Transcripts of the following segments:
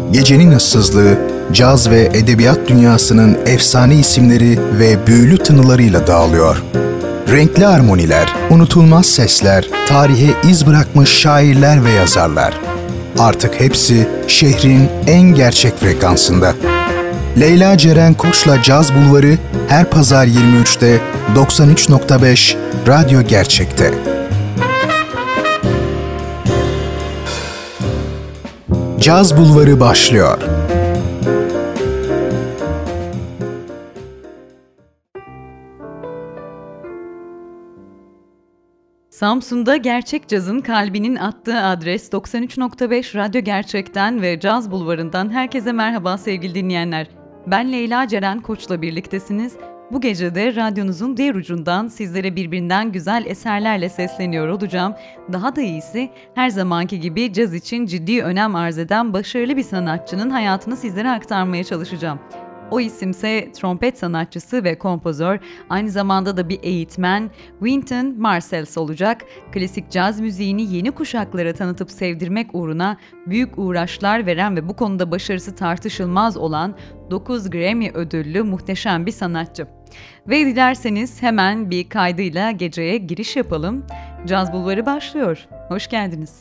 Gecenin ıssızlığı, caz ve edebiyat dünyasının efsane isimleri ve büyülü tınılarıyla dağılıyor. Renkli harmoniler, unutulmaz sesler, tarihe iz bırakmış şairler ve yazarlar. Artık hepsi şehrin en gerçek frekansında. Leyla Ceren Koç'la Caz Bulvarı her pazar 23'te 93.5 Radyo Gerçek'te. Caz Bulvarı başlıyor. Samsun'da gerçek cazın kalbinin attığı adres 93.5 Radyo Gerçek'ten ve Caz Bulvarı'ndan herkese merhaba sevgili dinleyenler. Ben Leyla Ceren Koç'la birliktesiniz. Bu gece de radyonuzun diğer ucundan sizlere birbirinden güzel eserlerle sesleniyor olacağım. Daha da iyisi her zamanki gibi caz için ciddi önem arz eden başarılı bir sanatçının hayatını sizlere aktarmaya çalışacağım. O isimse trompet sanatçısı ve kompozör, aynı zamanda da bir eğitmen Wynton Marsalis olacak. Klasik caz müziğini yeni kuşaklara tanıtıp sevdirmek uğruna büyük uğraşlar veren ve bu konuda başarısı tartışılmaz olan 9 Grammy ödüllü muhteşem bir sanatçı. Ve dilerseniz hemen bir kaydıyla geceye giriş yapalım. Caz Bulvarı başlıyor. Hoş geldiniz.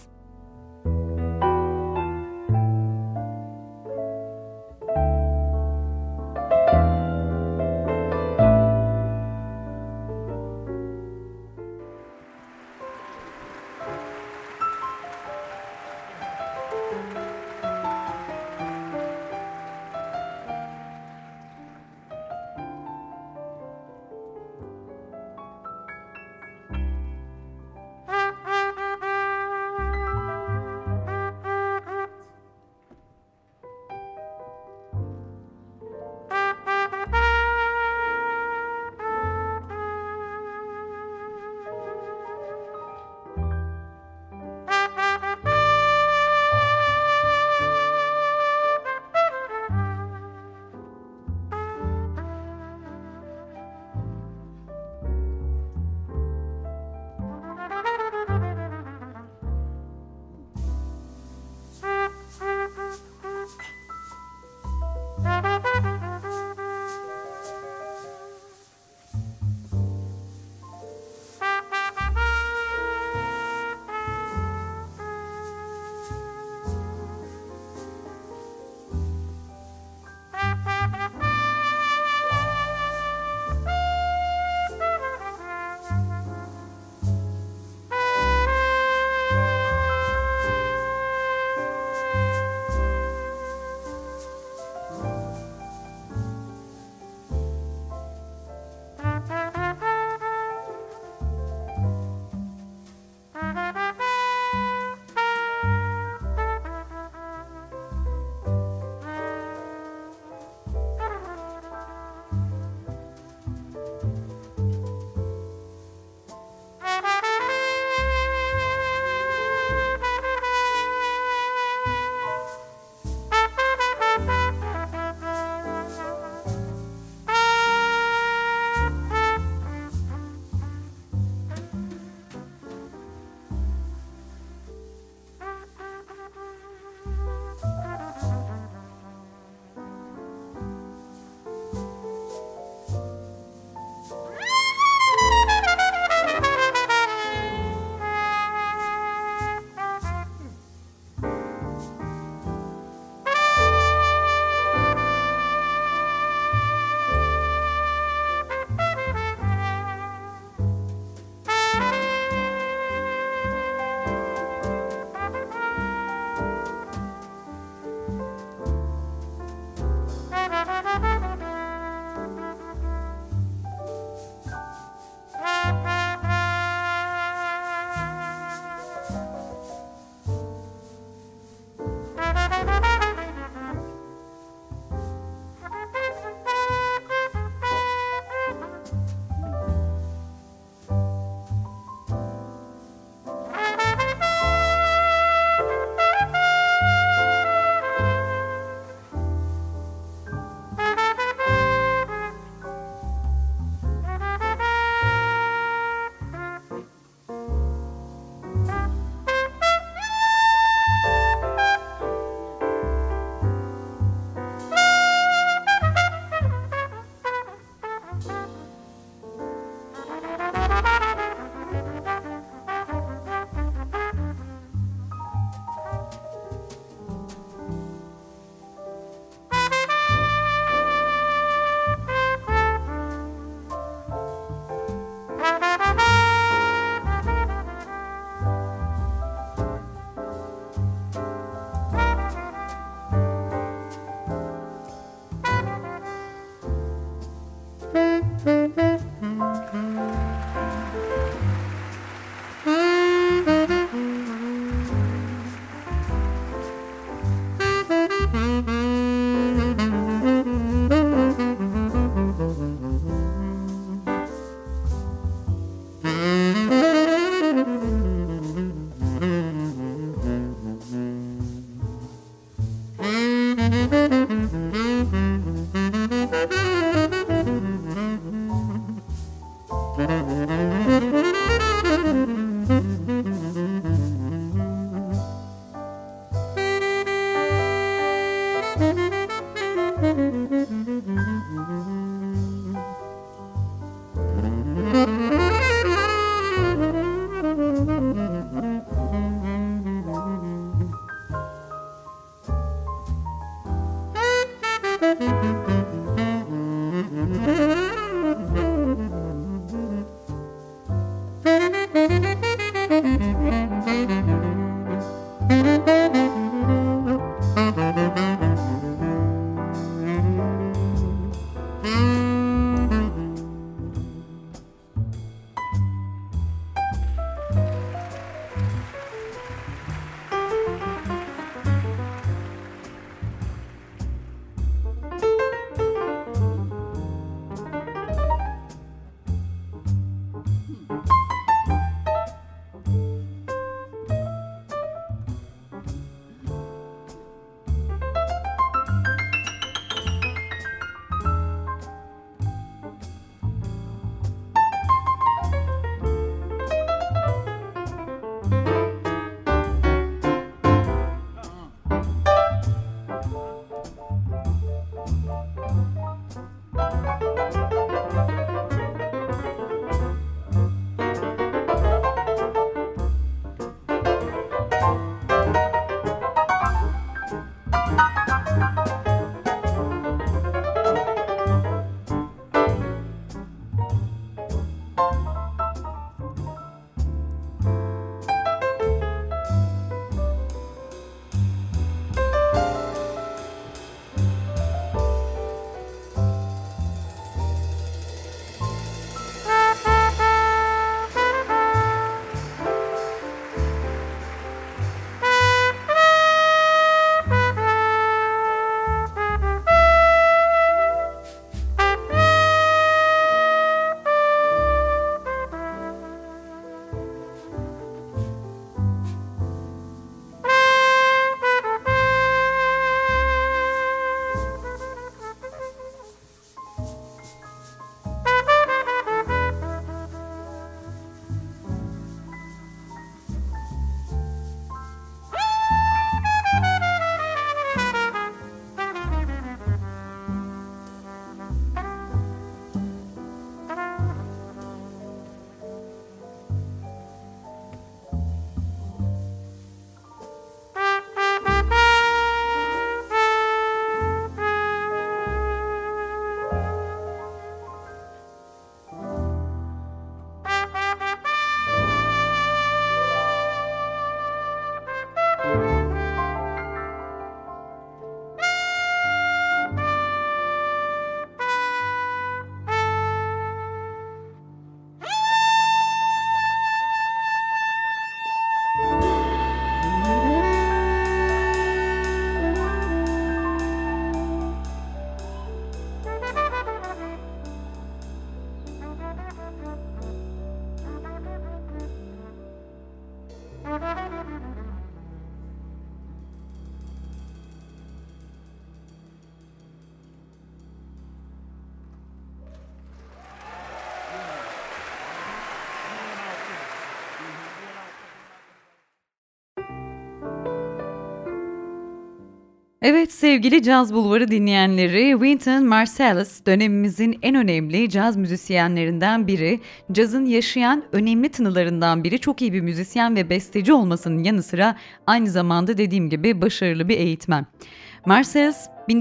Evet sevgili Caz Bulvarı dinleyenleri, Wynton Marsalis dönemimizin en önemli caz müzisyenlerinden biri, cazın yaşayan önemli tınılarından biri, çok iyi bir müzisyen ve besteci olmasının yanı sıra aynı zamanda dediğim gibi başarılı bir eğitmen. Marsalis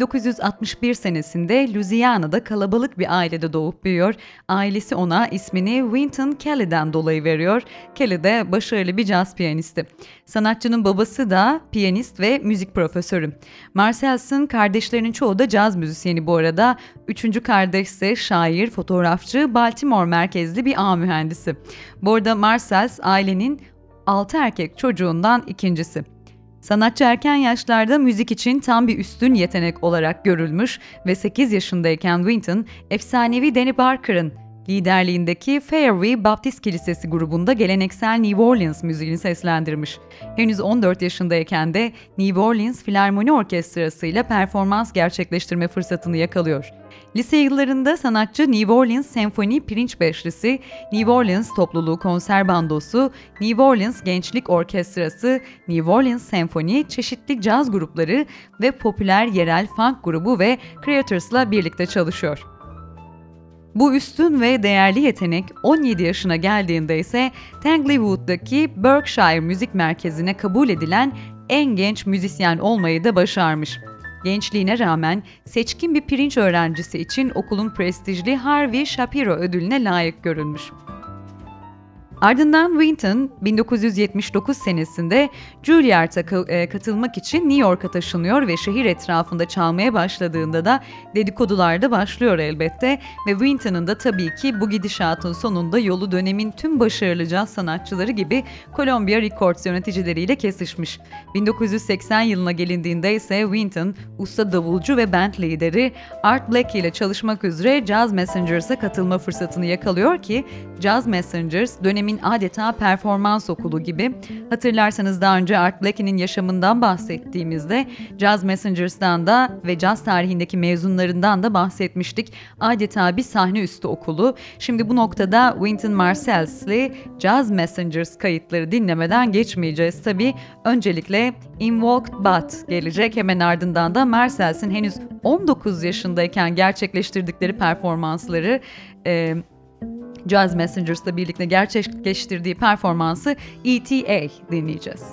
1961 senesinde Louisiana'da kalabalık bir ailede doğup büyüyor. Ailesi ona ismini Wynton Kelly'den dolayı veriyor. Kelly de başarılı bir caz piyanisti. Sanatçının babası da piyanist ve müzik profesörü. Marsalis'in kardeşlerinin çoğu da caz müzisyeni bu arada. Üçüncü kardeş ise şair, fotoğrafçı, Baltimore merkezli bir ağ mühendisi. Bu arada Marsalis ailenin 6 erkek çocuğundan ikincisi. Sanatçı erken yaşlarda müzik için tam bir üstün yetenek olarak görülmüş ve 8 yaşındayken Wynton, efsanevi Danny Barker'ın liderliğindeki Fairview Baptist Kilisesi grubunda geleneksel New Orleans müziğini seslendirmiş. Henüz 14 yaşındayken de New Orleans Filarmoni Orkestrası ile performans gerçekleştirme fırsatını yakalıyor. Lise yıllarında sanatçı New Orleans Senfoni Pirinç Beşlisi, New Orleans Topluluğu Konser Bandosu, New Orleans Gençlik Orkestrası, New Orleans Senfoni, çeşitli caz grupları ve popüler yerel funk grubu ve Creators'la birlikte çalışıyor. Bu üstün ve değerli yetenek 17 yaşına geldiğinde ise Tanglewood'daki Berkshire Müzik Merkezi'ne kabul edilen en genç müzisyen olmayı da başarmış. Gençliğine rağmen seçkin bir pirinç öğrencisi için okulun prestijli Harvey Shapiro ödülüne layık görülmüş. Ardından Wynton 1979 senesinde Juilliard'a katılmak için New York'a taşınıyor ve şehir etrafında çalmaya başladığında da dedikodular da başlıyor elbette ve Wynton'ın da tabii ki bu gidişatın sonunda yolu dönemin tüm başarılı caz sanatçıları gibi Columbia Records yöneticileriyle kesişmiş. 1980 yılına gelindiğinde ise Wynton, usta davulcu ve band lideri Art Blakey ile çalışmak üzere Jazz Messengers'a katılma fırsatını yakalıyor ki Jazz Messengers dönemin adeta performans okulu gibi. Hatırlarsanız daha önce Art Blakey'nin yaşamından bahsettiğimizde Jazz Messengers'dan da ve caz tarihindeki mezunlarından da bahsetmiştik. Adeta bir sahne üstü okulu. Şimdi bu noktada Wynton Marsalles'li Jazz Messengers kayıtları dinlemeden geçmeyeceğiz. Tabii öncelikle Invoked Bud gelecek, hemen ardından da Marsalles'in henüz 19 yaşındayken gerçekleştirdikleri performansları Jazz Messengers'la birlikte gerçekleştirdiği performansı ETA dinleyeceğiz.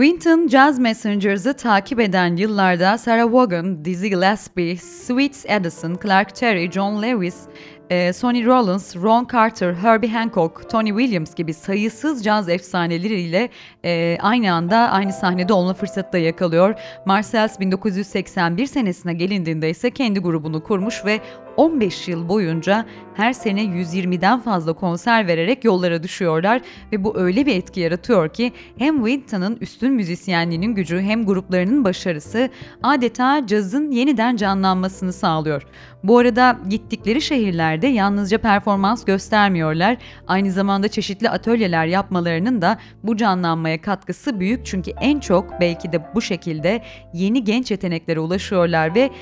Wynton Jazz Messengers'ı takip eden yıllarda Sarah Vaughan, Dizzy Gillespie, Sweets Edison, Clark Terry, John Lewis, Sonny Rollins, Ron Carter, Herbie Hancock, Tony Williams gibi sayısız caz efsaneleriyle aynı anda aynı sahnede olma fırsatı da yakalıyor. Marcels 1981 senesine gelindiğinde ise kendi grubunu kurmuş ve 15 yıl boyunca her sene 120'den fazla konser vererek yollara düşüyorlar ve bu öyle bir etki yaratıyor ki hem Wynton'ın üstün müzisyenliğinin gücü hem gruplarının başarısı adeta cazın yeniden canlanmasını sağlıyor. Bu arada gittikleri şehirlerde yalnızca performans göstermiyorlar, aynı zamanda çeşitli atölyeler yapmalarının da bu canlanmaya katkısı büyük çünkü en çok belki de bu şekilde yeni genç yeteneklere ulaşıyorlar ve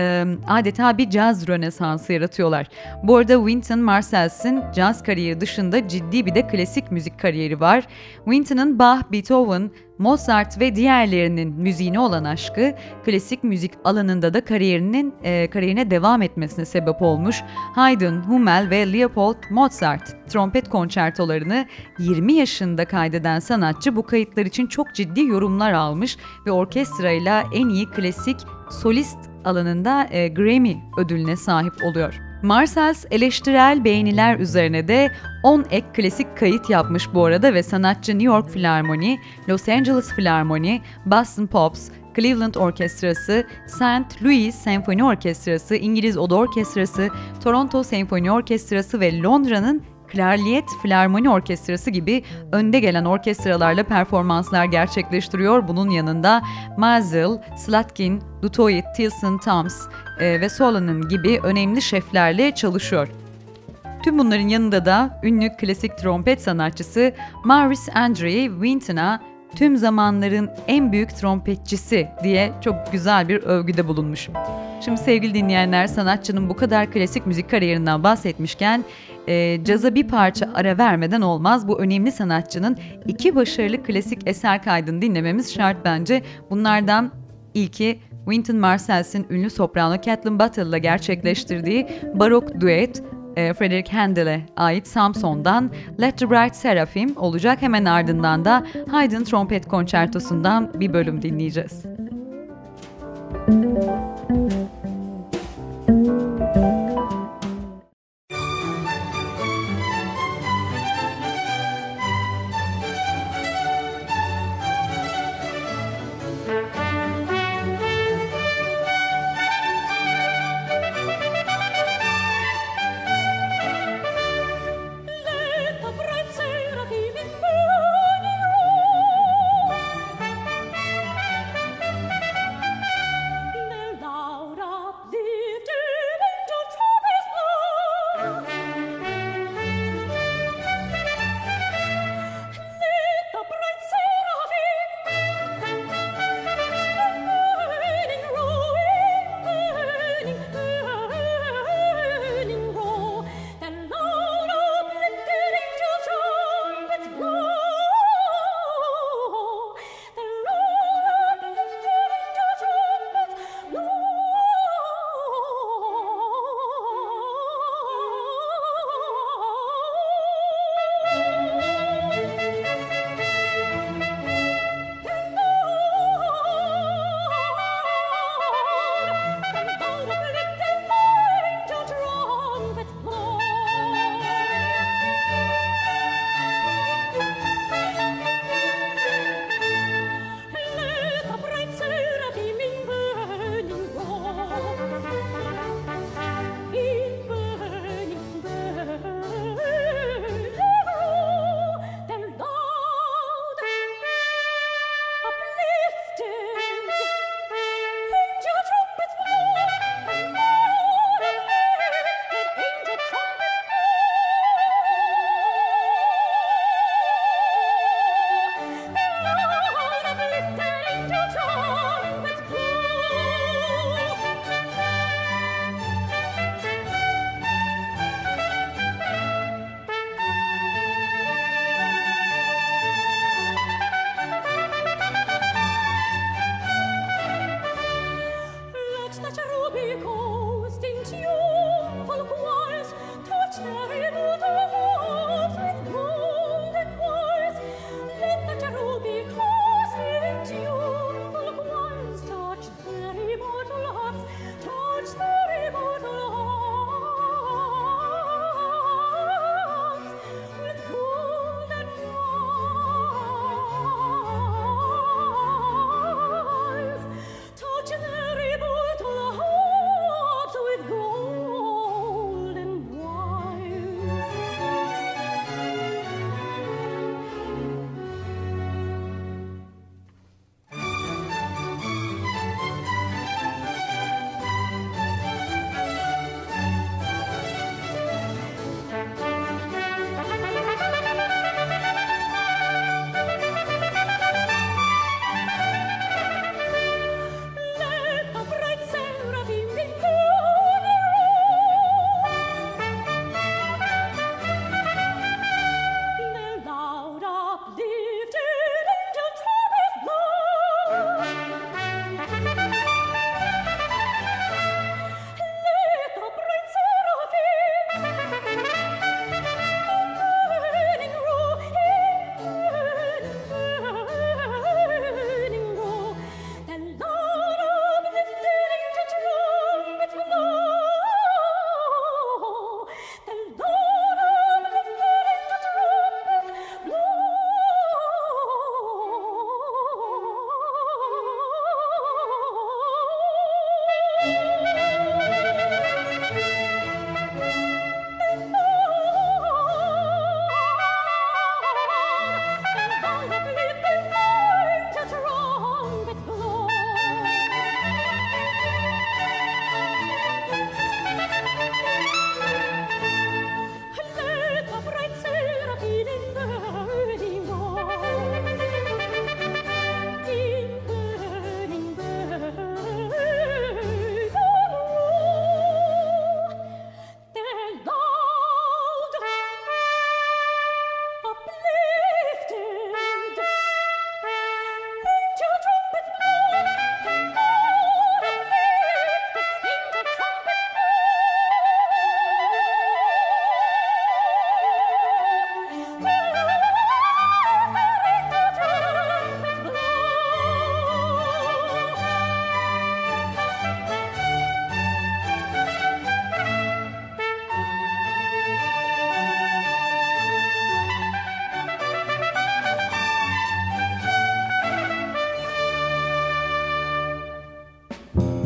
adeta bir caz rönesansı yaratıyorlar. Bu arada Wynton Marsalis'in caz kariyeri dışında ciddi bir de klasik müzik kariyeri var. Wynton'ın Bach, Beethoven, Mozart ve diğerlerinin müziğine olan aşkı klasik müzik alanında da kariyerine devam etmesine sebep olmuş. Haydn, Hummel ve Leopold Mozart trompet konçertolarını 20 yaşında kaydeden sanatçı bu kayıtlar için çok ciddi yorumlar almış ve orkestrayla en iyi klasik solist alanında Grammy ödülüne sahip oluyor. Marsels eleştirel beğeniler üzerine de 10 ek klasik kayıt yapmış bu arada ve sanatçı New York Filarmoni, Los Angeles Filarmoni, Boston Pops, Cleveland Orkestrası, St. Louis Senfoni Orkestrası, İngiliz Oda Orkestrası, Toronto Senfoni Orkestrası ve Londra'nın Kraliyet Filarmoni Orkestrası gibi önde gelen orkestralarla performanslar gerçekleştiriyor. Bunun yanında Mazel, Slatkin, Dutoit, Tilson, Toms ve Solonen gibi önemli şeflerle çalışıyor. Tüm bunların yanında da ünlü klasik trompet sanatçısı Maurice Andre Wynton'a tüm zamanların en büyük trompetçisi diye çok güzel bir övgüde bulunmuş. Şimdi sevgili dinleyenler, sanatçının bu kadar klasik müzik kariyerinden bahsetmişken caza bir parça ara vermeden olmaz. Bu önemli sanatçının 2 başarılı klasik eser kaydını dinlememiz şart bence. Bunlardan ilki Wynton Marsalis'in ünlü soprano Kathleen Battle ile gerçekleştirdiği barok düet Frederick Handel'e ait Samson'dan Let the Bright Seraphim olacak. Hemen ardından da Haydn Trompet Konçertosu'ndan bir bölüm dinleyeceğiz. Nel laura lifted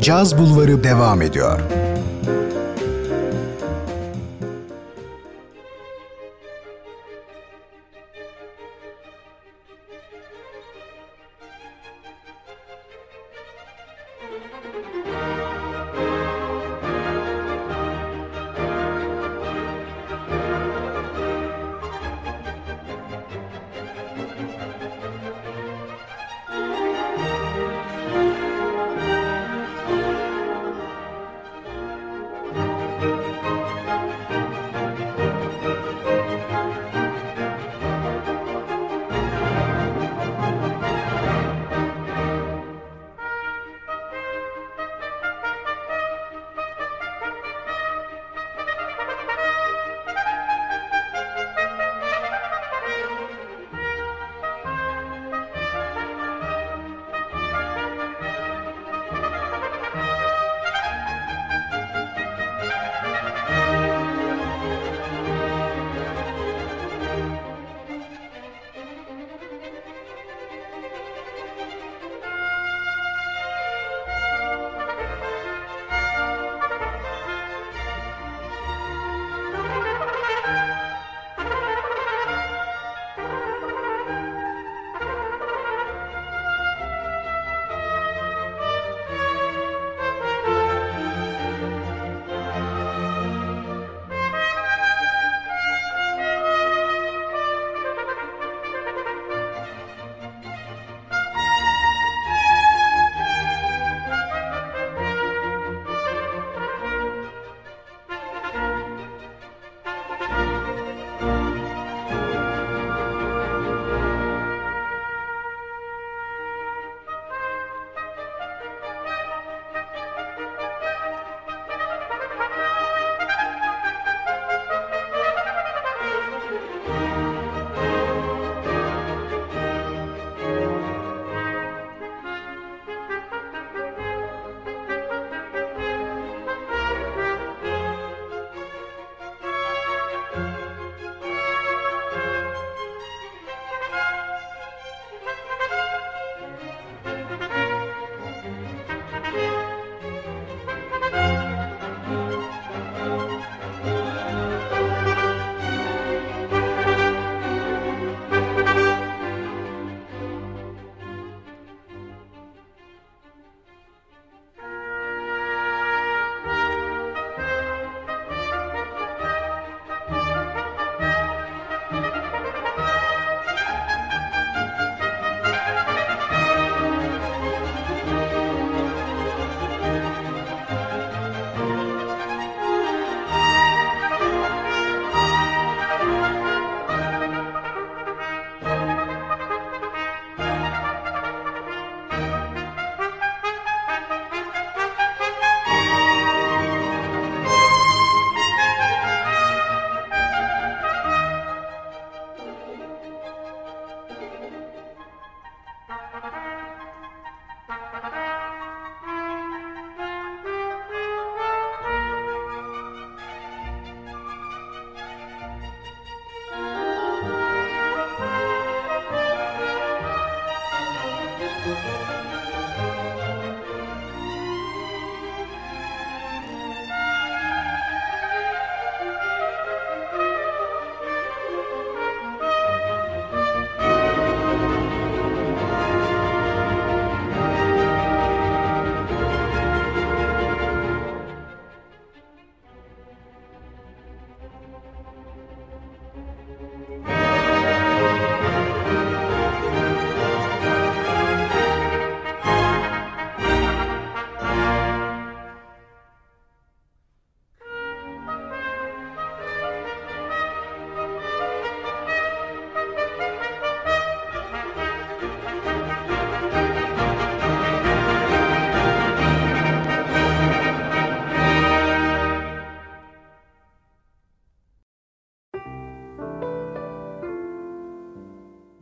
Caz Bulvarı devam ediyor.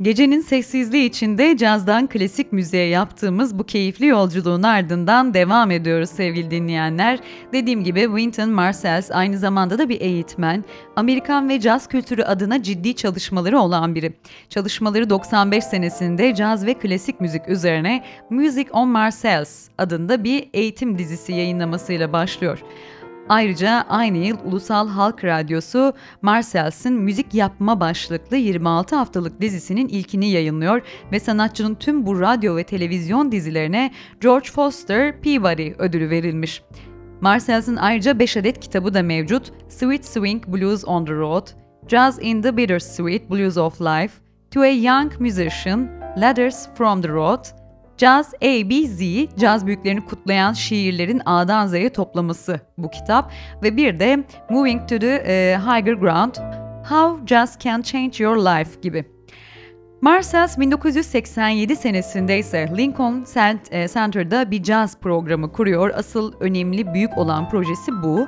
Gecenin sessizliği içinde cazdan klasik müziğe yaptığımız bu keyifli yolculuğun ardından devam ediyoruz sevgili dinleyenler. Dediğim gibi Wynton Marsalis aynı zamanda da bir eğitmen, Amerikan ve caz kültürü adına ciddi çalışmaları olan biri. Çalışmaları 95 senesinde caz ve klasik müzik üzerine Music on Marsalis adında bir eğitim dizisi yayınlamasıyla başlıyor. Ayrıca aynı yıl Ulusal Halk Radyosu Marsalis'in müzik yapma başlıklı 26 haftalık dizisinin ilkini yayınlıyor ve sanatçının tüm bu radyo ve televizyon dizilerine George Foster Peabody ödülü verilmiş. Marsalis'in ayrıca 5 adet kitabı da mevcut: Sweet Swing Blues on the Road, Jazz in the Bittersweet Blues of Life, To a Young Musician, Letters from the Road, Jazz A.B.Z, caz büyüklerini kutlayan şiirlerin A'dan Z'ye toplaması bu kitap ve bir de Moving to the Higher Ground, How Jazz Can Change Your Life gibi. Marsalis 1987 senesinde ise Lincoln Center'da bir caz programı kuruyor. Asıl önemli büyük olan projesi bu.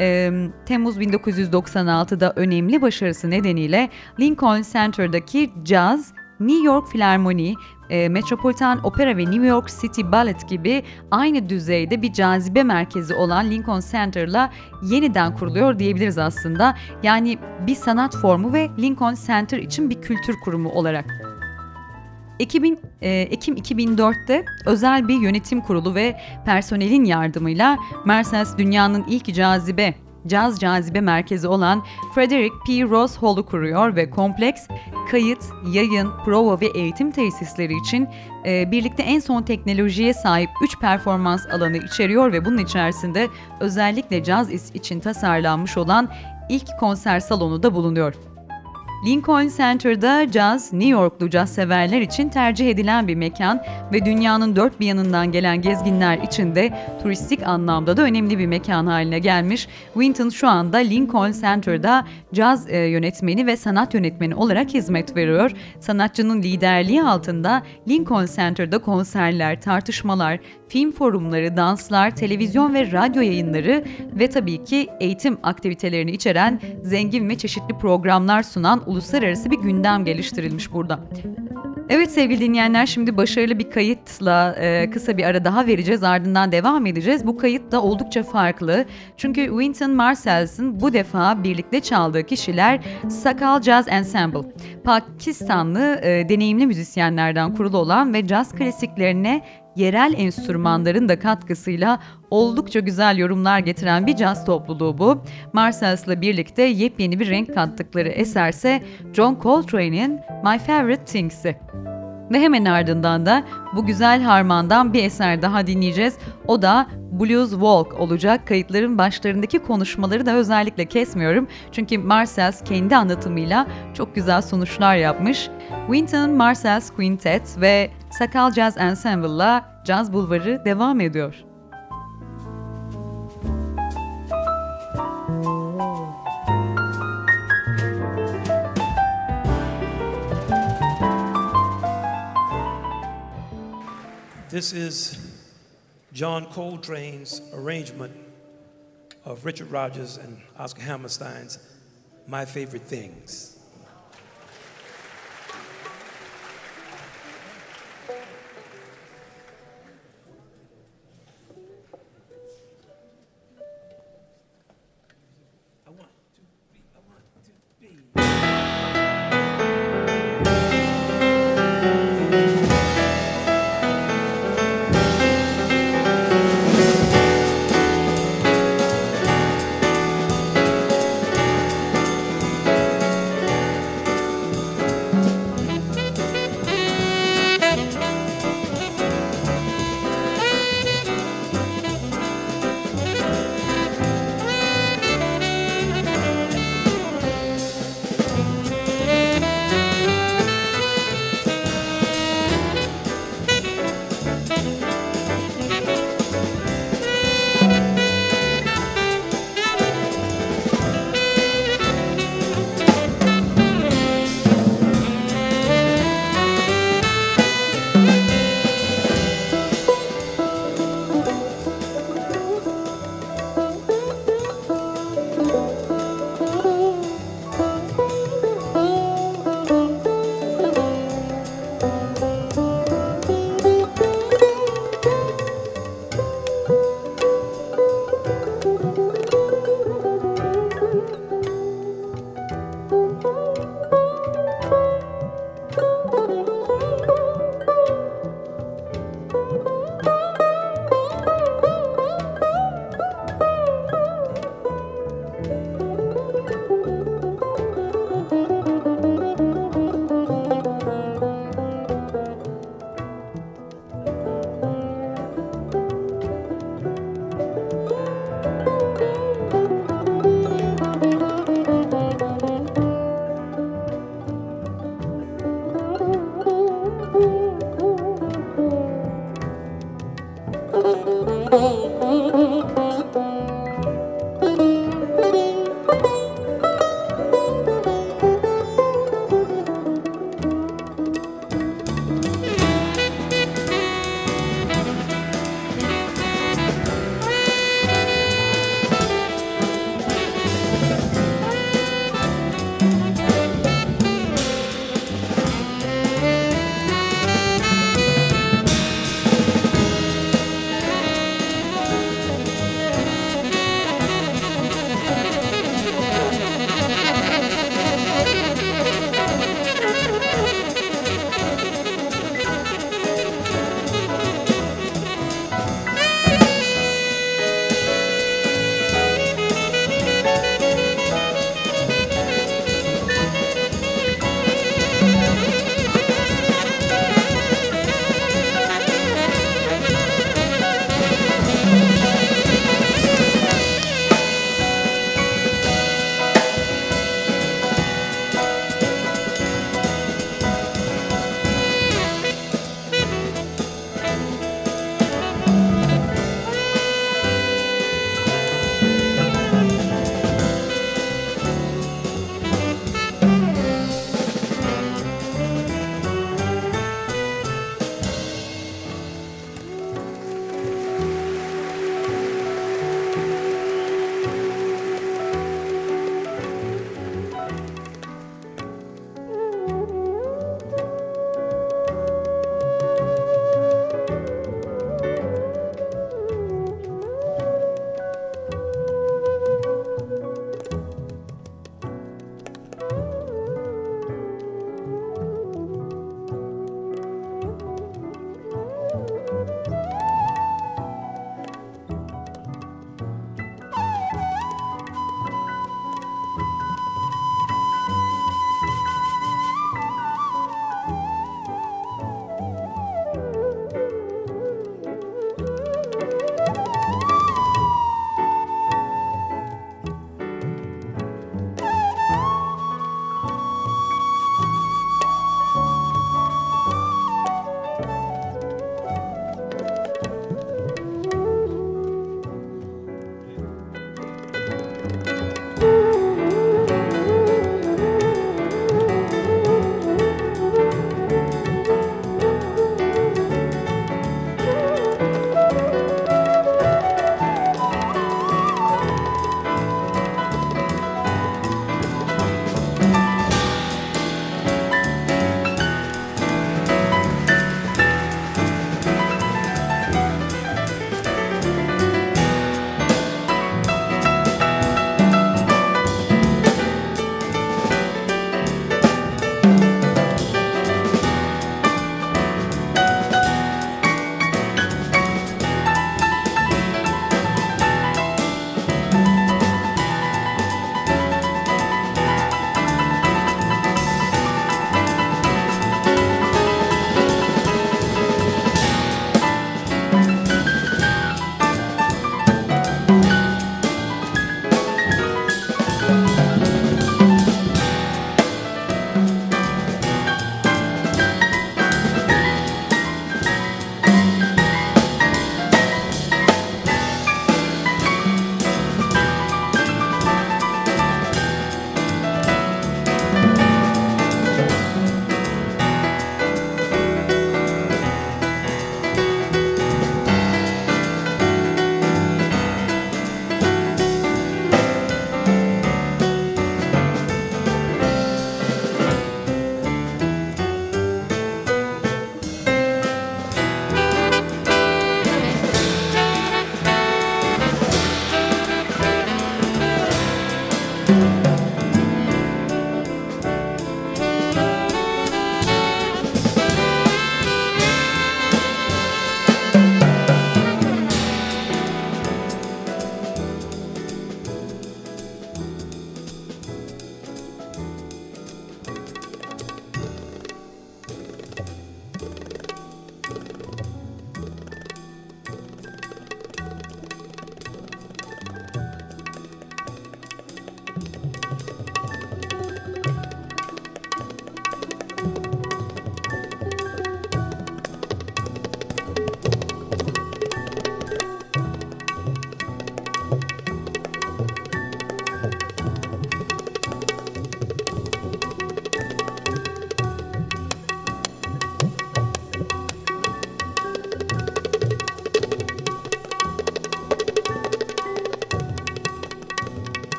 Temmuz 1996'da önemli başarısı nedeniyle Lincoln Center'daki caz, New York Filarmoni, Metropolitan Opera ve New York City Ballet gibi aynı düzeyde bir cazibe merkezi olan Lincoln Center'la yeniden kuruluyor diyebiliriz aslında. Yani bir sanat formu ve Lincoln Center için bir kültür kurumu olarak. Ekim 2004'te özel bir yönetim kurulu ve personelin yardımıyla Marsalis dünyanın ilk caz cazibe merkezi olan Frederick P. Rose Hall'u kuruyor ve kompleks kayıt, yayın, prova ve eğitim tesisleri için birlikte en son teknolojiye sahip 3 performans alanı içeriyor ve bunun içerisinde özellikle caz için tasarlanmış olan ilk konser salonu da bulunuyor. Lincoln Center'da caz, New Yorklu caz severler için tercih edilen bir mekan ve dünyanın dört bir yanından gelen gezginler için de turistik anlamda da önemli bir mekan haline gelmiş. Wynton şu anda Lincoln Center'da caz yönetmeni ve sanat yönetmeni olarak hizmet veriyor. Sanatçının liderliği altında Lincoln Center'da konserler, tartışmalar, film forumları, danslar, televizyon ve radyo yayınları ve tabii ki eğitim aktivitelerini içeren zengin ve çeşitli programlar sunan uluslararası bir gündem geliştirilmiş burada. Evet sevgili dinleyenler, şimdi başarılı bir kayıtla kısa bir ara daha vereceğiz, ardından devam edeceğiz. Bu kayıt da oldukça farklı çünkü Wynton Marsalis'in bu defa birlikte çaldığı kişiler Sakal Jazz Ensemble. Pakistanlı deneyimli müzisyenlerden kurulu olan ve caz klasiklerine yerel enstrümanların da katkısıyla oldukça güzel yorumlar getiren bir caz topluluğu bu. Marsalis'le birlikte yepyeni bir renk kattıkları eserse John Coltrane'in My Favorite Things'i. Ve hemen ardından da bu güzel harmandan bir eser daha dinleyeceğiz. O da Blues Walk olacak. Kayıtların başlarındaki konuşmaları da özellikle kesmiyorum. Çünkü Marsalis kendi anlatımıyla çok güzel sonuçlar yapmış. Wynton Marsalis Quintet ve Sakal Jazz Ensemble'la Caz Bulvarı devam ediyor. This is John Coltrane's arrangement of Richard Rodgers and Oscar Hammerstein's My Favorite Things.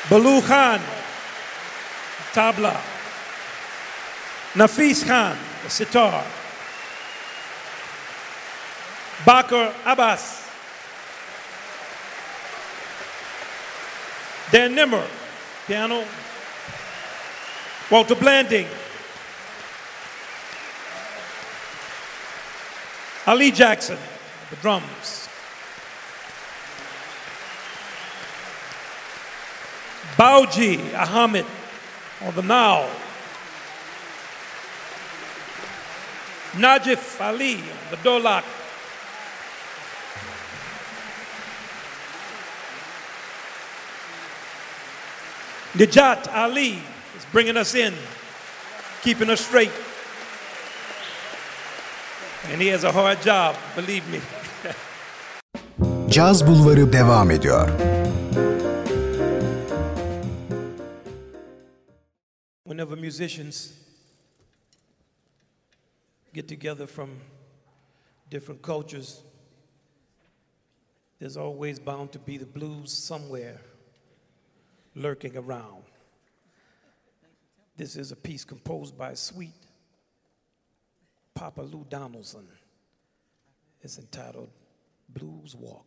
Baloo Khan, tabla. Nafis Khan, the sitar. Bakr Abbas. Dan Nimmer, piano. Walter Blanding. Ali Jackson, the drums. Bauji Ahmed on the now. Najif Ali on the dolak. Nijat Ali is bringing us in, keeping us straight. And he has a hard job, believe me. Caz Bulvarı devam ediyor. Whenever musicians get together from different cultures, there's always bound to be the blues somewhere lurking around. This is a piece composed by sweet Papa Lou Donaldson. It's entitled Blues Walk.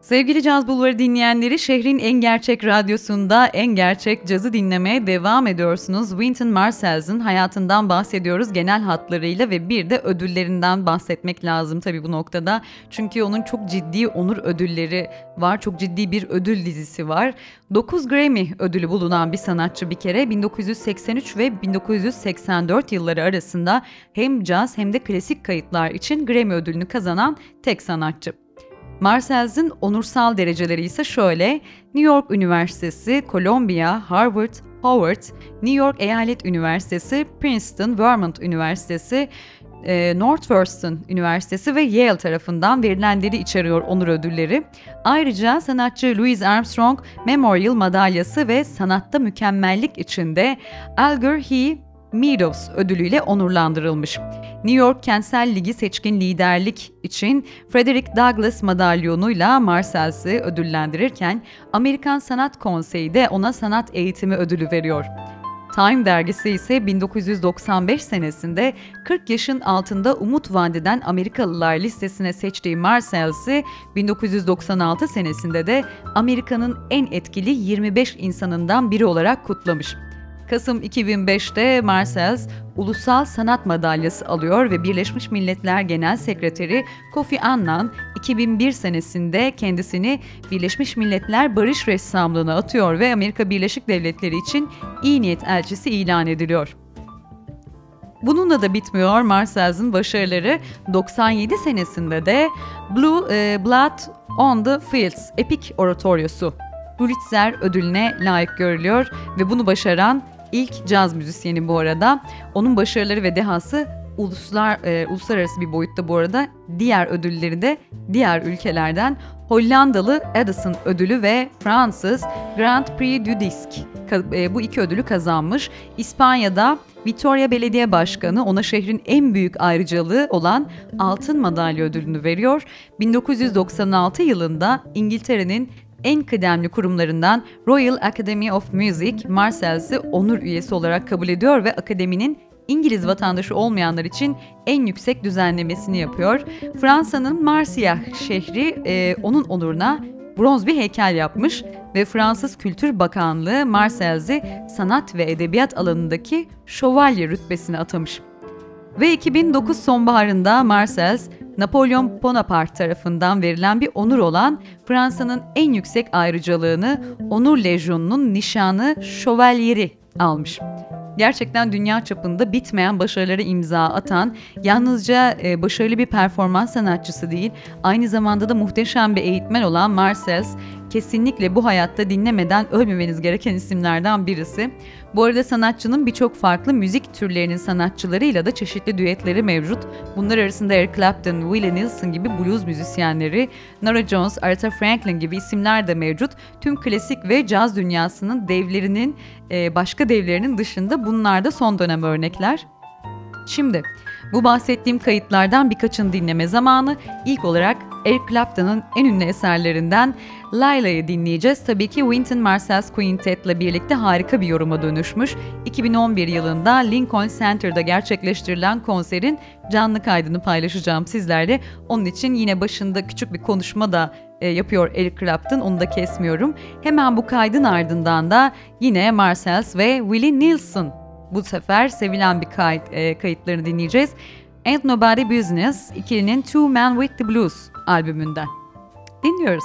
Sevgili Caz Bulvarı dinleyenleri, şehrin en gerçek radyosunda en gerçek cazı dinlemeye devam ediyorsunuz. Wynton Marsalls'ın hayatından bahsediyoruz genel hatlarıyla ve bir de ödüllerinden bahsetmek lazım tabii bu noktada. Çünkü onun çok ciddi onur ödülleri var, çok ciddi bir ödül dizisi var. 9 Grammy ödülü bulunan bir sanatçı bir kere. 1983 ve 1984 yılları arasında hem caz hem de klasik kayıtlar için Grammy ödülünü kazanan tek sanatçı. Marsalls'ın onursal dereceleri ise şöyle: New York Üniversitesi, Columbia, Harvard, Howard, New York Eyalet Üniversitesi, Princeton, Vermont Üniversitesi, Northwestern Üniversitesi ve Yale tarafından verilenleri içeriyor onur ödülleri. Ayrıca sanatçı Louis Armstrong Memorial Madalyası ve sanatta mükemmellik içinde Alger H. Meadows ödülüyle onurlandırılmış. New York Kentsel Ligi seçkin liderlik için Frederick Douglass madalyonuyla Marsalls'ı ödüllendirirken Amerikan Sanat Konseyi de ona sanat eğitimi ödülü veriyor. Time dergisi ise 1995 senesinde 40 yaşın altında umut vadeden Amerikalılar listesine seçtiği Marsalls'ı 1996 senesinde de Amerika'nın en etkili 25 insanından biri olarak kutlamış. Kasım 2005'te Marsalls Ulusal Sanat Madalyası alıyor ve Birleşmiş Milletler Genel Sekreteri Kofi Annan 2001 senesinde kendisini Birleşmiş Milletler Barış Ressamlığı'na atıyor ve Amerika Birleşik Devletleri için iyi niyet elçisi ilan ediliyor. Bununla da bitmiyor Marsalls'ın başarıları. 97 senesinde de Blood on the Fields Epik Oratoryosu Pulitzer ödülüne layık görülüyor ve bunu başaran İlk caz müzisyeni bu arada. Onun başarıları ve dehası uluslararası bir boyutta bu arada. Diğer ödülleri de diğer ülkelerden Hollandalı Edison ödülü ve Fransız Grand Prix du Disque bu iki ödülü kazanmış. İspanya'da Vitoria Belediye Başkanı ona şehrin en büyük ayrıcalığı olan Altın Madalya ödülünü veriyor. 1996 yılında İngiltere'nin en kıdemli kurumlarından Royal Academy of Music, Marsalls'ı onur üyesi olarak kabul ediyor ve akademinin İngiliz vatandaşı olmayanlar için en yüksek düzenlemesini yapıyor. Fransa'nın Marseille şehri onun onuruna bronz bir heykel yapmış ve Fransız Kültür Bakanlığı Marsalls'ı sanat ve edebiyat alanındaki şövalye rütbesine atamış. Ve 2009 sonbaharında Marsalls, Napolyon Bonaparte tarafından verilen bir onur olan Fransa'nın en yüksek ayrıcalığını Onur Lejyonu'nun nişanı şövalyeri almış. Gerçekten dünya çapında bitmeyen başarılara imza atan, yalnızca başarılı bir performans sanatçısı değil, aynı zamanda da muhteşem bir eğitmen olan Marsalls, kesinlikle bu hayatta dinlemeden ölmemeniz gereken isimlerden birisi. Bu arada sanatçının birçok farklı müzik türlerinin sanatçılarıyla da çeşitli düetleri mevcut. Bunlar arasında Eric Clapton, Willie Nelson gibi blues müzisyenleri, Nora Jones, Aretha Franklin gibi isimler de mevcut. Tüm klasik ve caz dünyasının devlerinin, başka devlerinin dışında bunlar da son dönem örnekler. Şimdi bu bahsettiğim kayıtlardan birkaçını dinleme zamanı. İlk olarak Eric Clapton'ın en ünlü eserlerinden Layla'yı dinleyeceğiz. Tabii ki Wynton Marsalis Quintet'le birlikte harika bir yoruma dönüşmüş. 2011 yılında Lincoln Center'da gerçekleştirilen konserin canlı kaydını paylaşacağım sizlerle. Onun için yine başında küçük bir konuşma da yapıyor Eric Clapton, onu da kesmiyorum. Hemen bu kaydın ardından da yine Marsalis ve Willie Nelson, bu sefer sevilen bir kayıtlarını dinleyeceğiz. Ain't Nobody Business, ikilinin Two Men With The Blues albümünden. Dinliyoruz.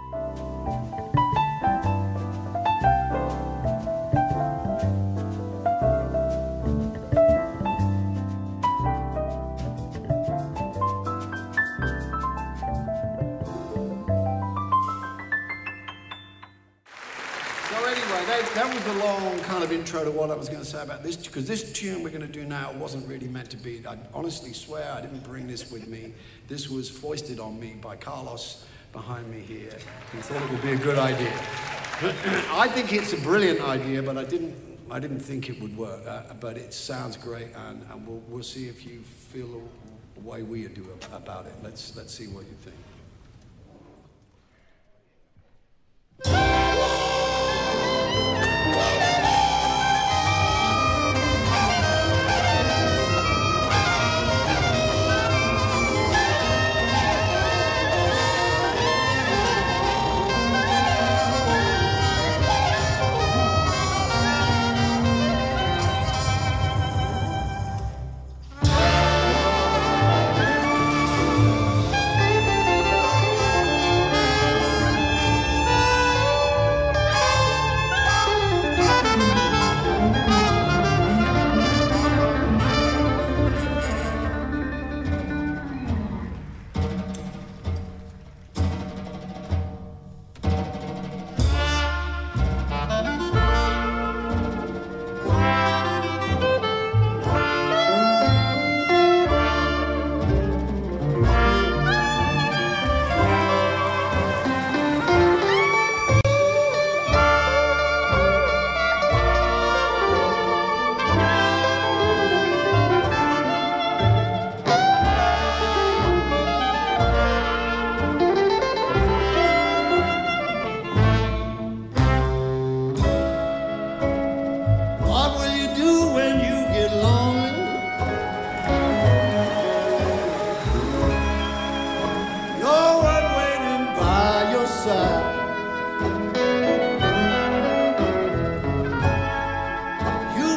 That was the long kind of intro to what I was going to say about this, because this tune we're going to do now wasn't really meant to be. I honestly swear I didn't bring this with me. This was foisted on me by Carlos behind me here. He thought it would be a good idea. I think it's a brilliant idea, but I didn't think it would work. But it sounds great, and we'll see if you feel the way we do about it. Let's see what you think.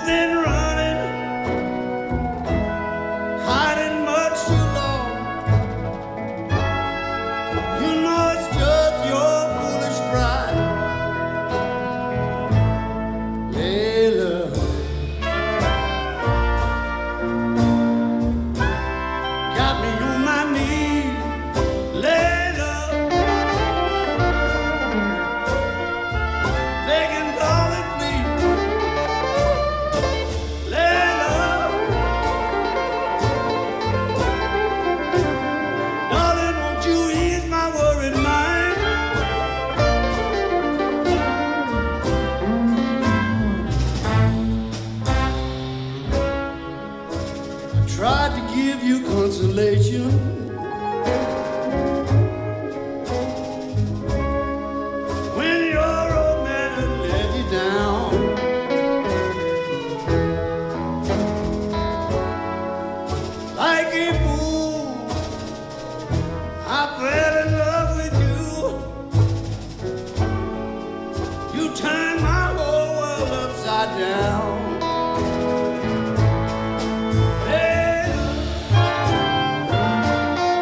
been running, hiding much too long. You know it's just your foolish pride, Layla. Got me on my knees, Layla, begging, darling, please, Layla, darling, won't you ease my worried mind? I tried to give you consolation when your old man had let you down. Like a fool, I fell in love with you. You turned my whole world upside down. Hey,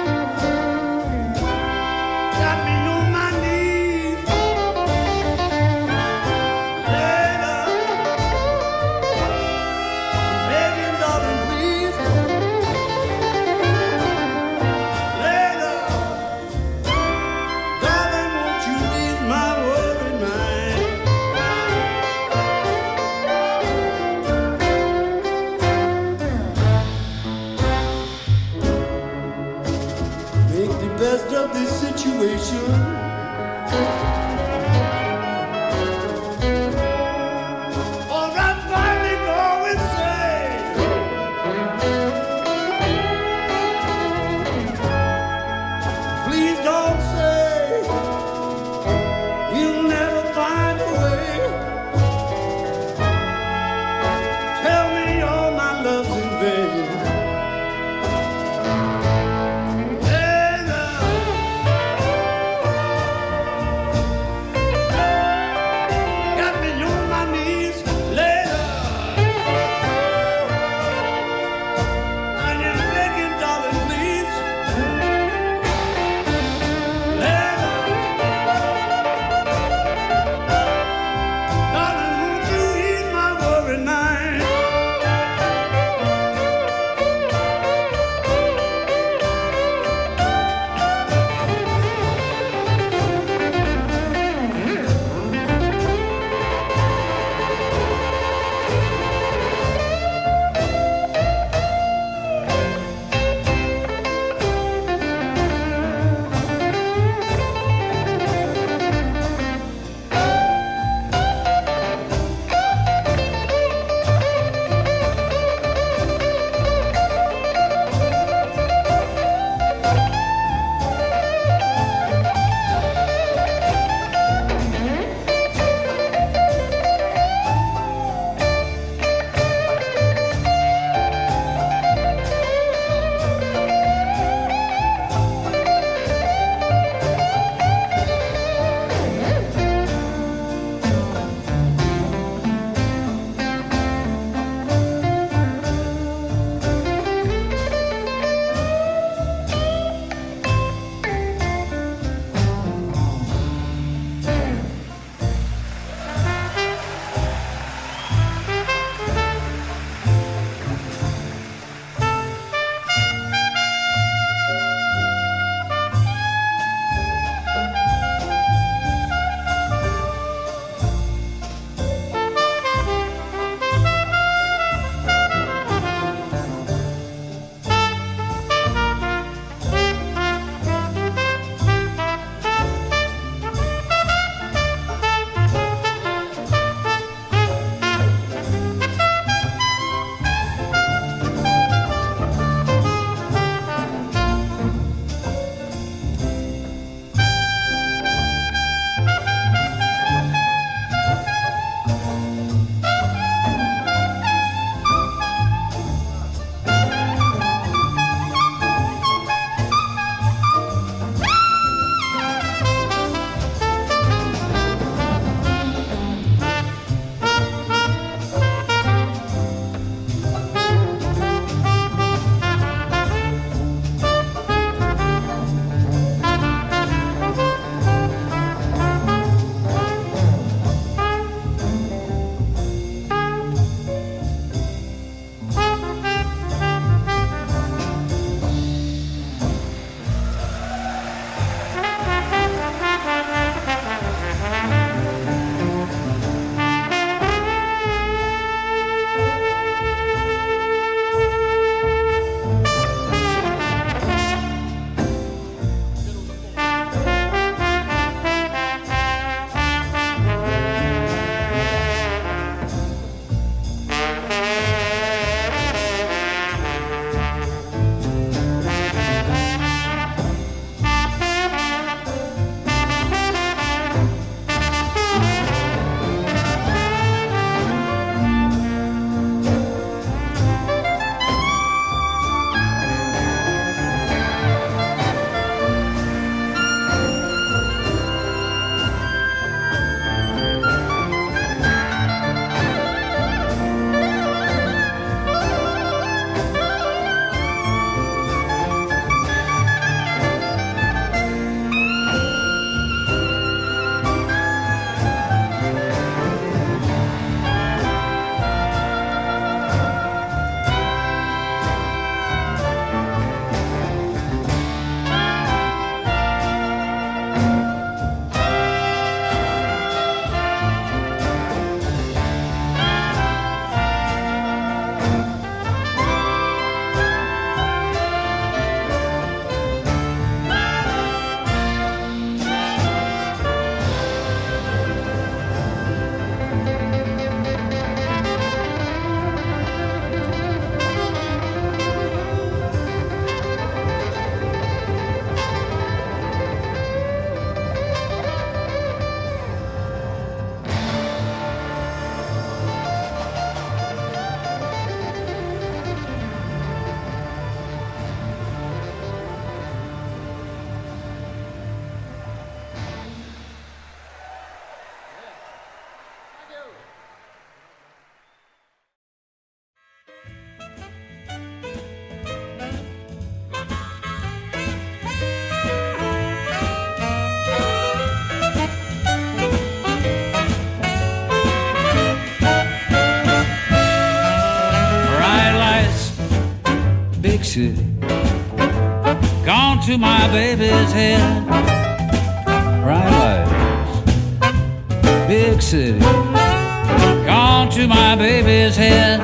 city. Gone to my baby's head. Bright lights, big city. Gone to my baby's head.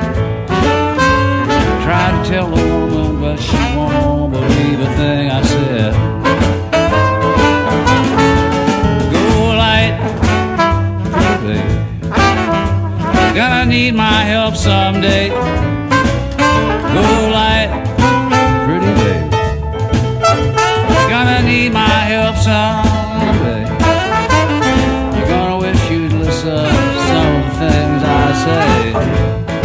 Try to tell the woman, but she won't believe a thing I said. Go light, pretty baby. Gonna need my help someday. Go light, pretty baby. Gonna need my help someday. You're gonna wish you'd listen to some of the things I say.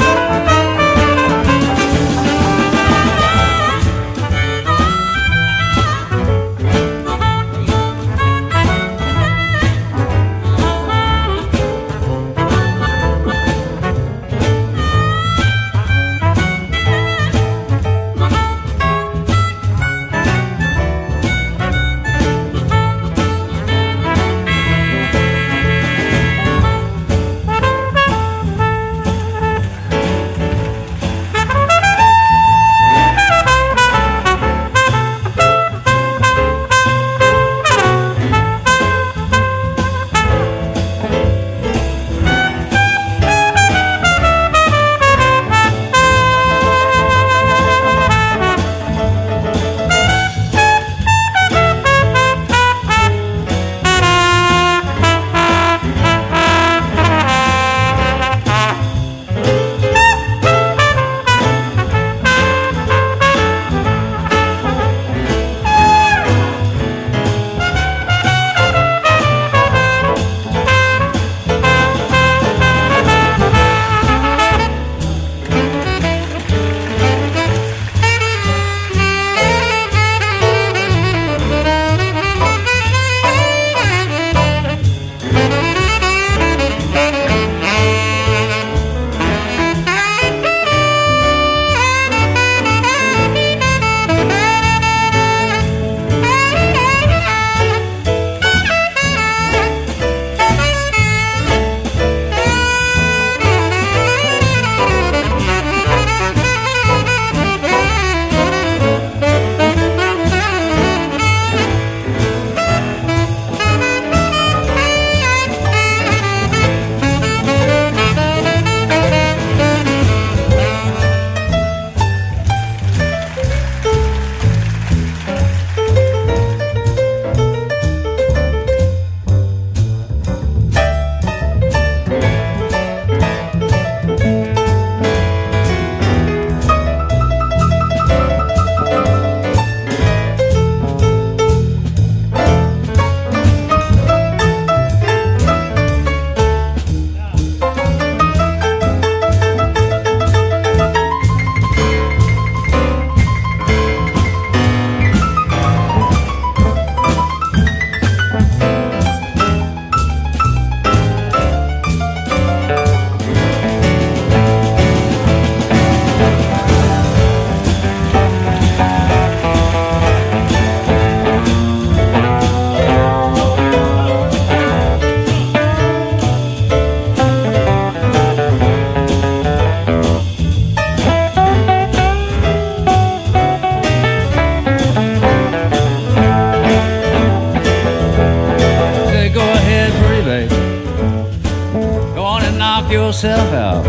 Yourself out.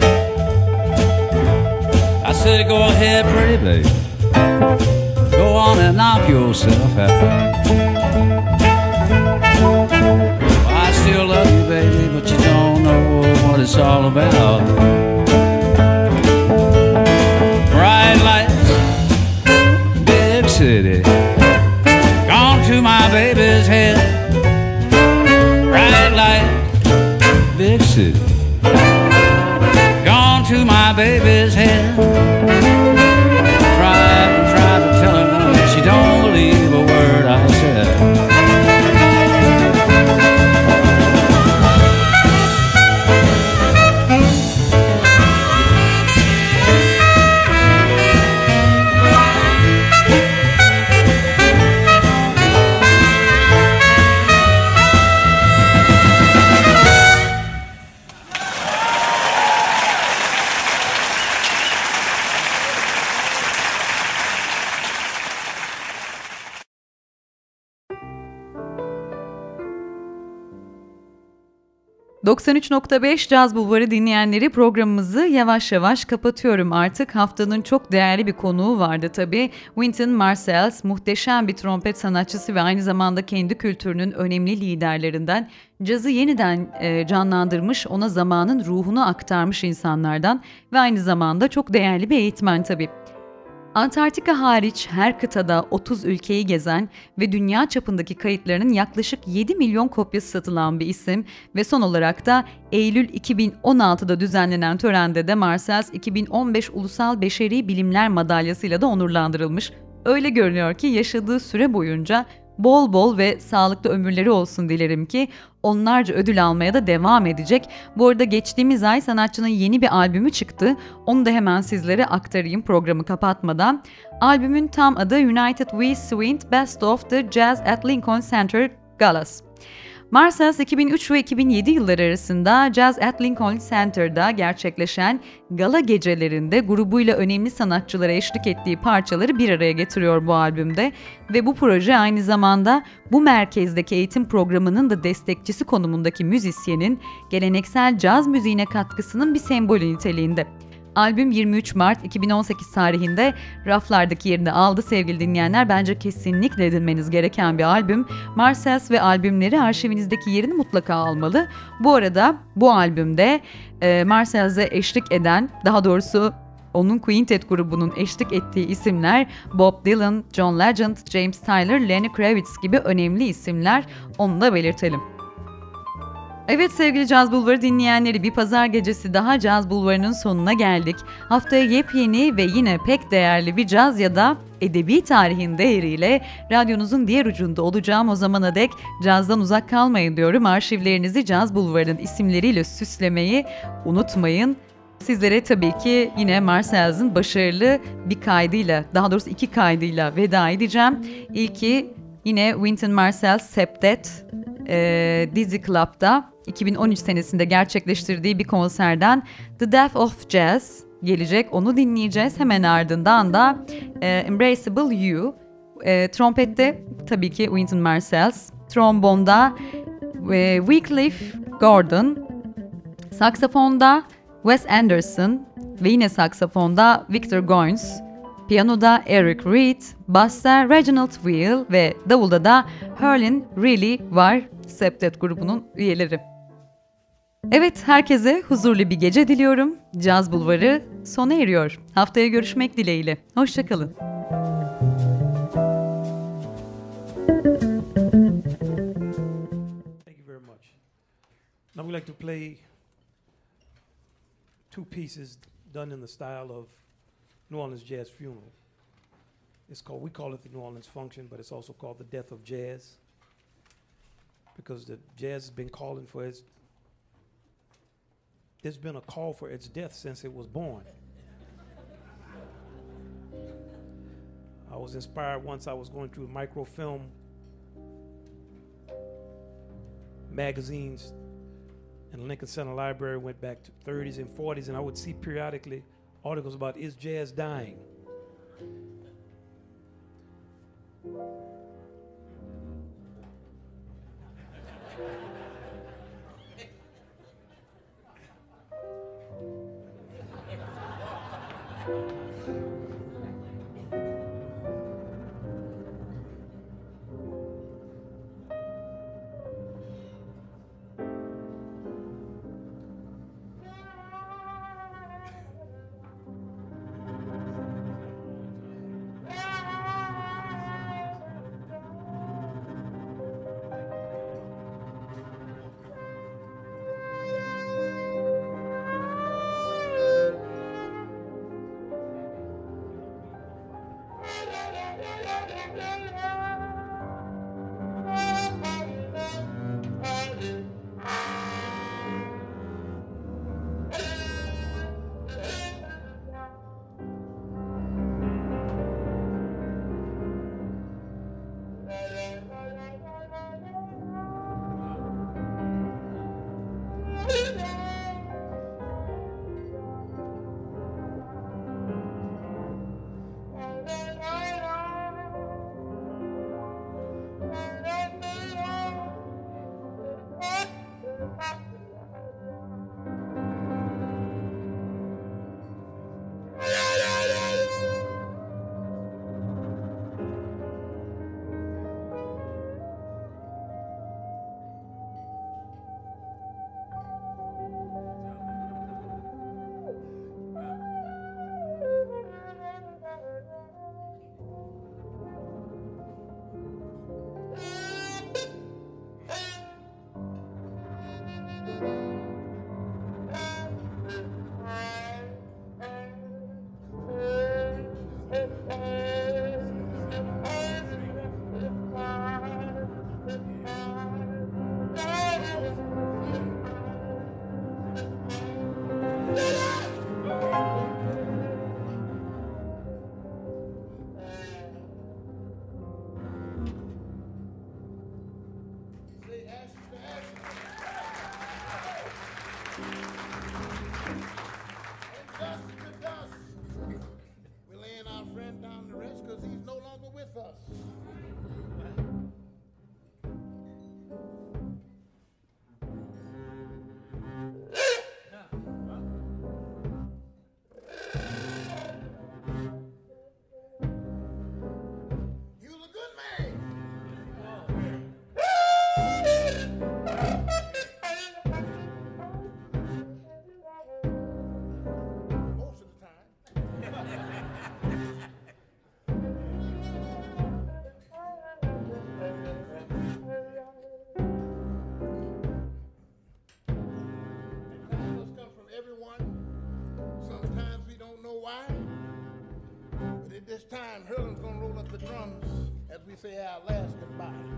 I said go ahead, pretty baby. Go on and knock yourself out. Well, I still love you, baby, but you don't know what it's all about. Bright lights, big city. Gone to my baby's head. Bright lights, big city. To my baby's head. Tried to tell her that she don't believe a word I said. 93.5 Caz Bulvarı dinleyenleri, programımızı yavaş yavaş kapatıyorum artık. Haftanın çok değerli bir konuğu vardı tabii. Wynton Marsalis muhteşem bir trompet sanatçısı ve aynı zamanda kendi kültürünün önemli liderlerinden. Cazı yeniden canlandırmış, ona zamanın ruhunu aktarmış insanlardan ve aynı zamanda çok değerli bir eğitmen tabii. Antarktika hariç her kıtada 30 ülkeyi gezen ve dünya çapındaki kayıtlarının yaklaşık 7 milyon kopyası satılan bir isim ve son olarak da Eylül 2016'da düzenlenen törende de Marsalis 2015 Ulusal Beşeri Bilimler Madalyası'yla da onurlandırılmış. Öyle görünüyor ki yaşadığı süre boyunca bol bol ve sağlıklı ömürleri olsun dilerim ki onlarca ödül almaya da devam edecek. Bu arada geçtiğimiz ay sanatçının yeni bir albümü çıktı. Onu da hemen sizlere aktarayım programı kapatmadan. Albümün tam adı United We Swing Best of the Jazz at Lincoln Center Galas. Marsalis 2003 ve 2007 yılları arasında Jazz at Lincoln Center'da gerçekleşen gala gecelerinde grubuyla önemli sanatçılara eşlik ettiği parçaları bir araya getiriyor bu albümde ve bu proje aynı zamanda bu merkezdeki eğitim programının da destekçisi konumundaki müzisyenin geleneksel caz müziğine katkısının bir sembolü niteliğinde. Albüm 23 Mart 2018 tarihinde raflardaki yerini aldı sevgili dinleyenler. Bence kesinlikle edinmeniz gereken bir albüm. Marsalis ve albümleri arşivinizdeki yerini mutlaka almalı. Bu arada bu albümde Marsalis'e eşlik eden, daha doğrusu onun Quintet grubunun eşlik ettiği isimler Bob Dylan, John Legend, James Taylor, Lenny Kravitz gibi önemli isimler. Onu da belirtelim. Evet sevgili Caz Bulvarı dinleyenleri, bir pazar gecesi daha Caz Bulvarı'nın sonuna geldik. Haftaya yepyeni ve yine pek değerli bir caz ya da edebi tarihin değeriyle radyonuzun diğer ucunda olacağım. O zamana dek cazdan uzak kalmayın diyorum. Arşivlerinizi Caz Bulvarı'nın isimleriyle süslemeyi unutmayın. Sizlere tabii ki yine Marsalis'in başarılı bir kaydıyla, daha doğrusu 2 kaydıyla veda edeceğim. İlki yine Wynton Marsalis Septet Dizzy Club'da 2013 senesinde gerçekleştirdiği bir konserden The Death of Jazz gelecek. Onu dinleyeceğiz. Hemen ardından da Embraceable You. Trompette tabii ki Wynton Marsalis. Trombonda Wycliffe Gordon. Saksafonda Wes Anderson ve yine saksafonda Victor Goins. Piyanoda Eric Reed, basta Reginald Weil ve davulda da Herlin Reilly var, Septet grubunun üyeleri. Evet, herkese huzurlu bir gece diliyorum. Caz Bulvarı sona eriyor. Haftaya görüşmek dileğiyle. Hoşça kalın. Thank you very much. Now we like to play 2 pieces done in the style of New Orleans Jazz Funeral. We call it the New Orleans Function, but it's also called the Death of Jazz, because the jazz has been calling for there's been a call for its death since it was born. I was inspired once. I was going through microfilm magazines in the Lincoln Center Library, went back to 30s and 40s, and I would see periodically articles about, is jazz dying? why. But at this time, Hurlin's gonna roll up the drums as we say our last goodbye.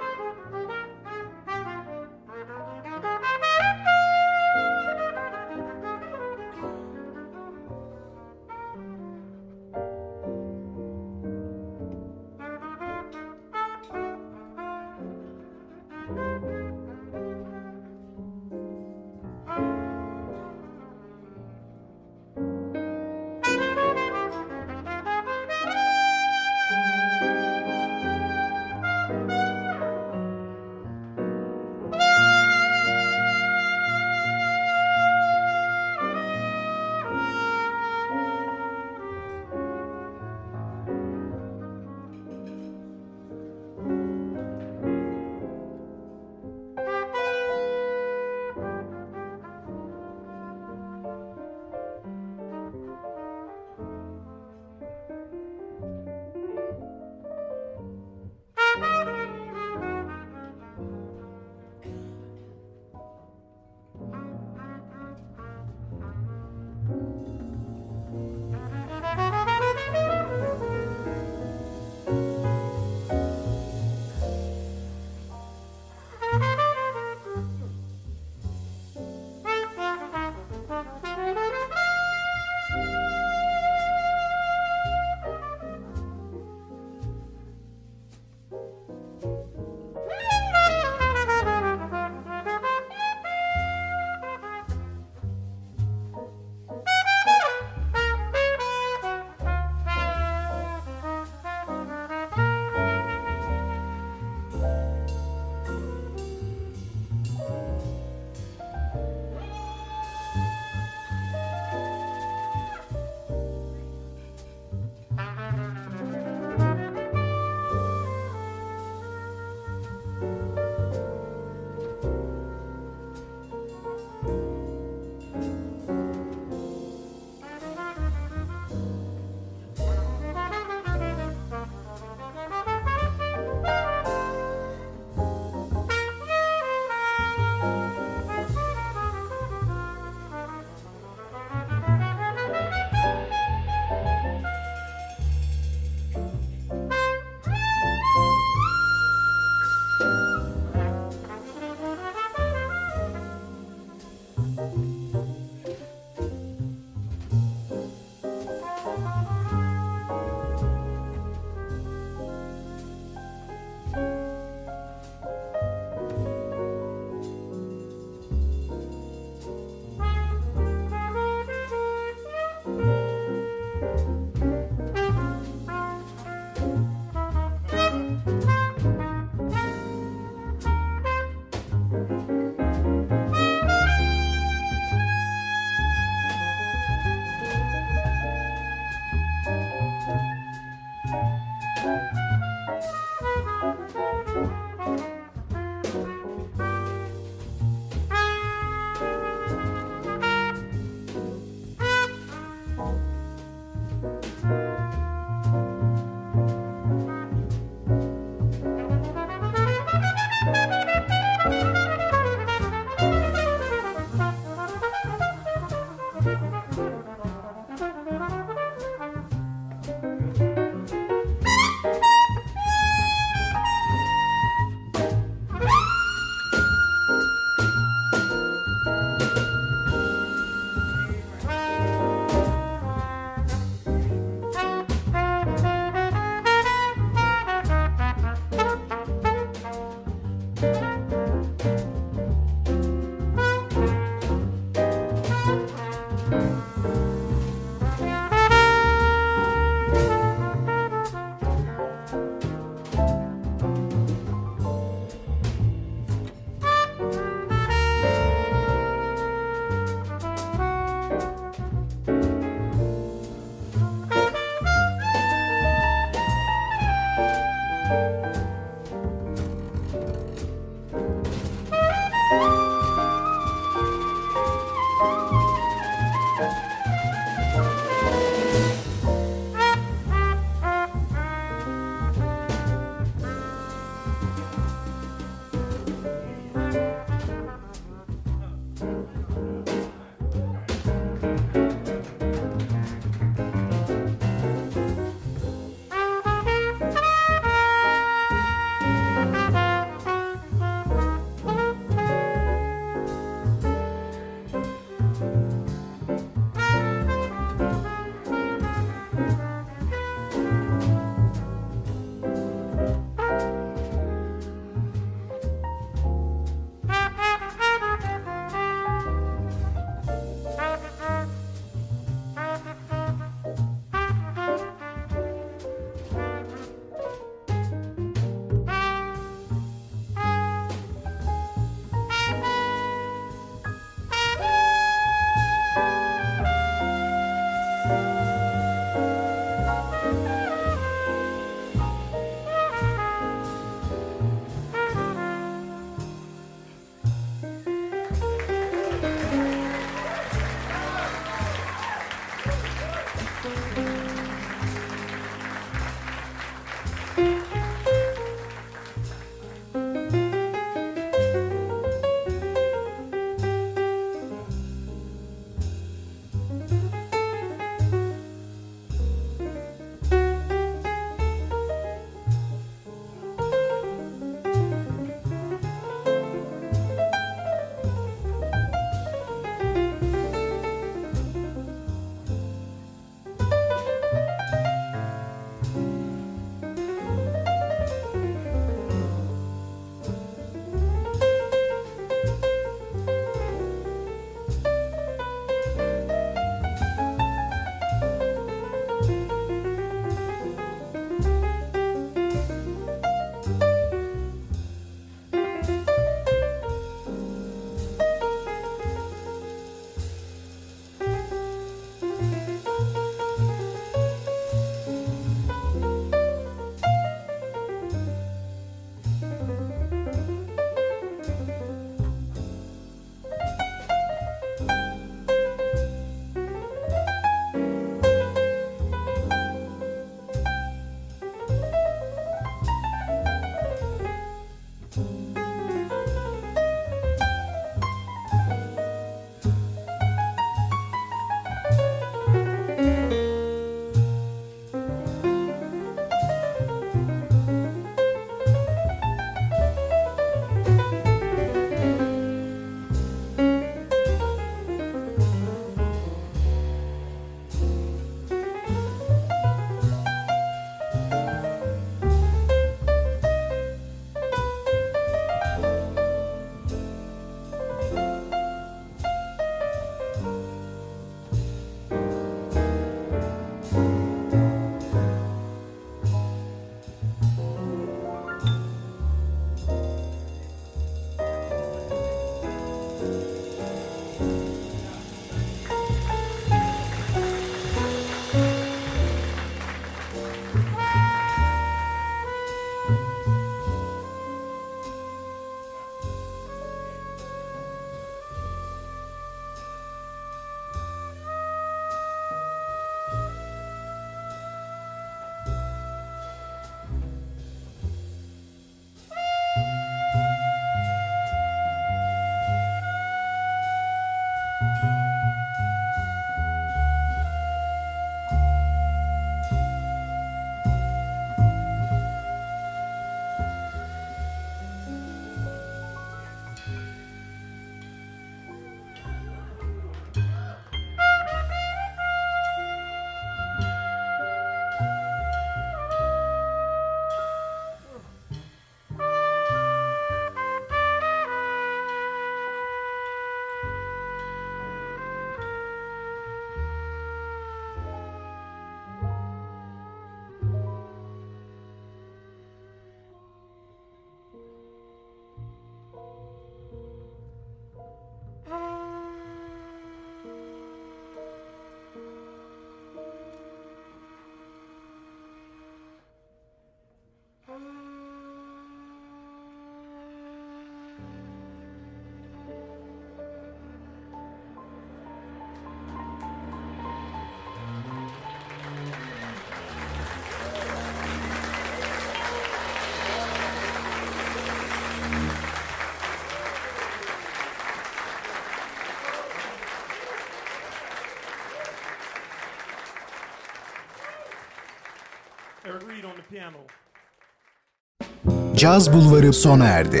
Caz Bulvarı sona erdi.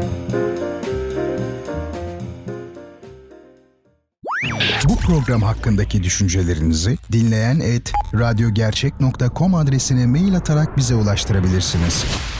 Bu program hakkındaki düşüncelerinizi dinleyen@radyogercek.com adresine mail atarak bize ulaştırabilirsiniz.